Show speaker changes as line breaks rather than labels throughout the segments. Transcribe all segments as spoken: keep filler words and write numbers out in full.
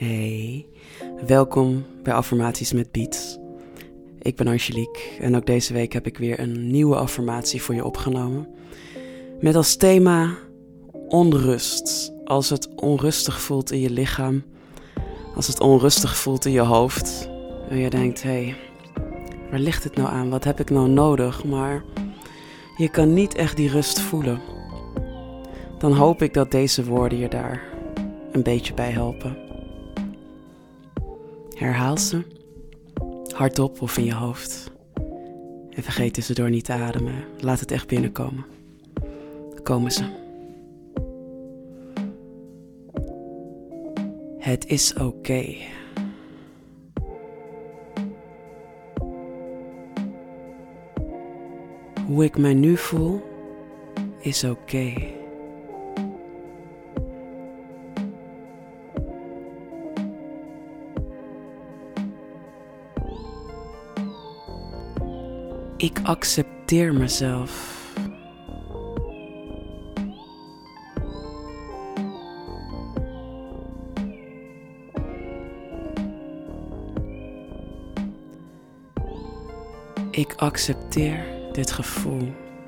Hey, welkom bij Affirmaties met Beats. Ik ben Angelique en ook deze week heb ik weer een nieuwe affirmatie voor je opgenomen. Met als thema onrust. Als het onrustig voelt in je lichaam, als het onrustig voelt in je hoofd. En je denkt, hé, hey, waar ligt het nou aan? Wat heb ik nou nodig? Maar je kan niet echt die rust voelen. Dan hoop ik dat deze woorden je daar een beetje bij helpen. Herhaal ze, hardop of in je hoofd. En vergeet tussendoor niet te ademen. Laat het echt binnenkomen. Komen ze. Het is oké. Okay. Hoe ik mij nu voel, is oké. Okay. Ik accepteer mezelf. Ik accepteer dit gevoel.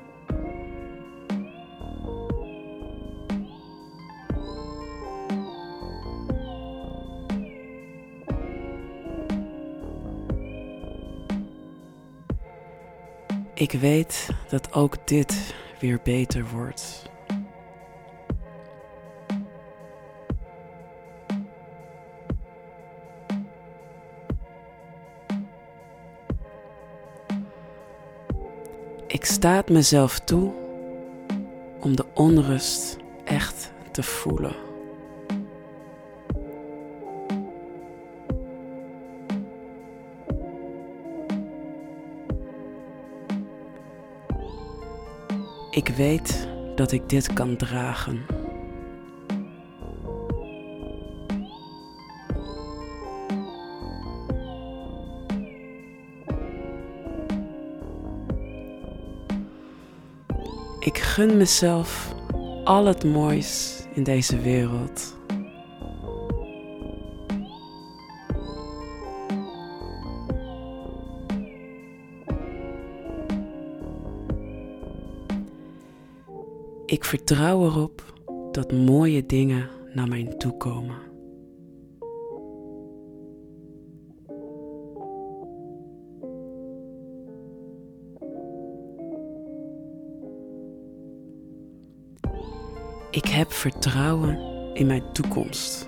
Ik weet dat ook dit weer beter wordt. Ik sta het mezelf toe om de onrust echt te voelen. Ik weet dat ik dit kan dragen. Ik gun mezelf al het moois in deze wereld. Ik vertrouw erop dat mooie dingen naar mij toe komen. Ik heb vertrouwen in mijn toekomst.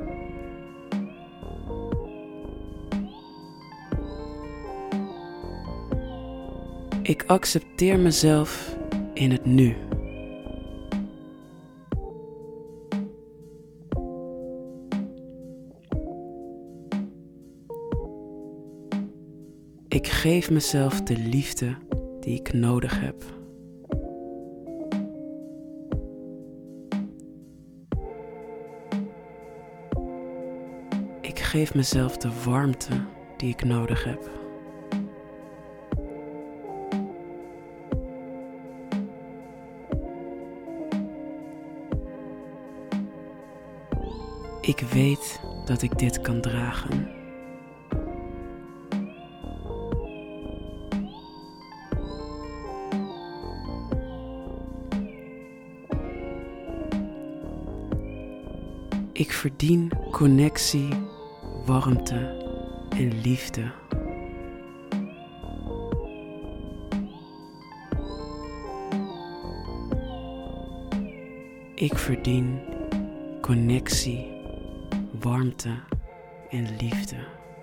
Ik accepteer mezelf in het nu. Ik geef mezelf de liefde die ik nodig heb. Ik geef mezelf de warmte die ik nodig heb. Ik weet dat ik dit kan dragen. Ik verdien connectie, warmte en liefde. Ik verdien connectie, warmte en liefde.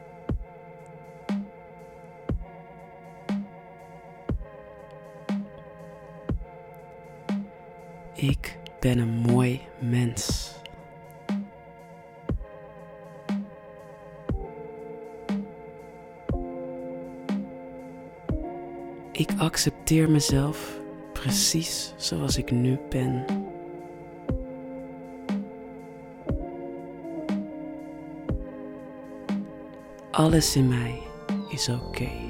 Ik ben een mooi mens. Ik accepteer mezelf precies zoals ik nu ben. Alles in mij is oké. Okay.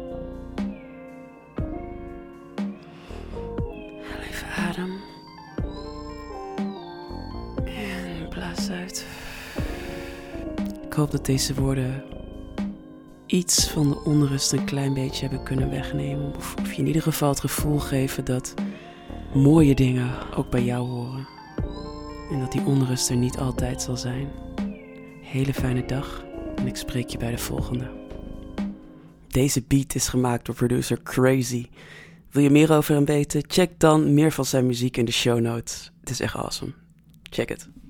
Haal even adem. En blaas uit. hoop dat deze woorden iets van de onrust een klein beetje hebben kunnen wegnemen. Of, of je in ieder geval het gevoel geven dat mooie dingen ook bij jou horen. En dat die onrust er niet altijd zal zijn. Hele fijne dag en ik spreek je bij de volgende. Deze beat is gemaakt door producer Crazy. Wil je meer over hem weten? Check dan meer van zijn muziek in de show notes. Het is echt awesome. Check het.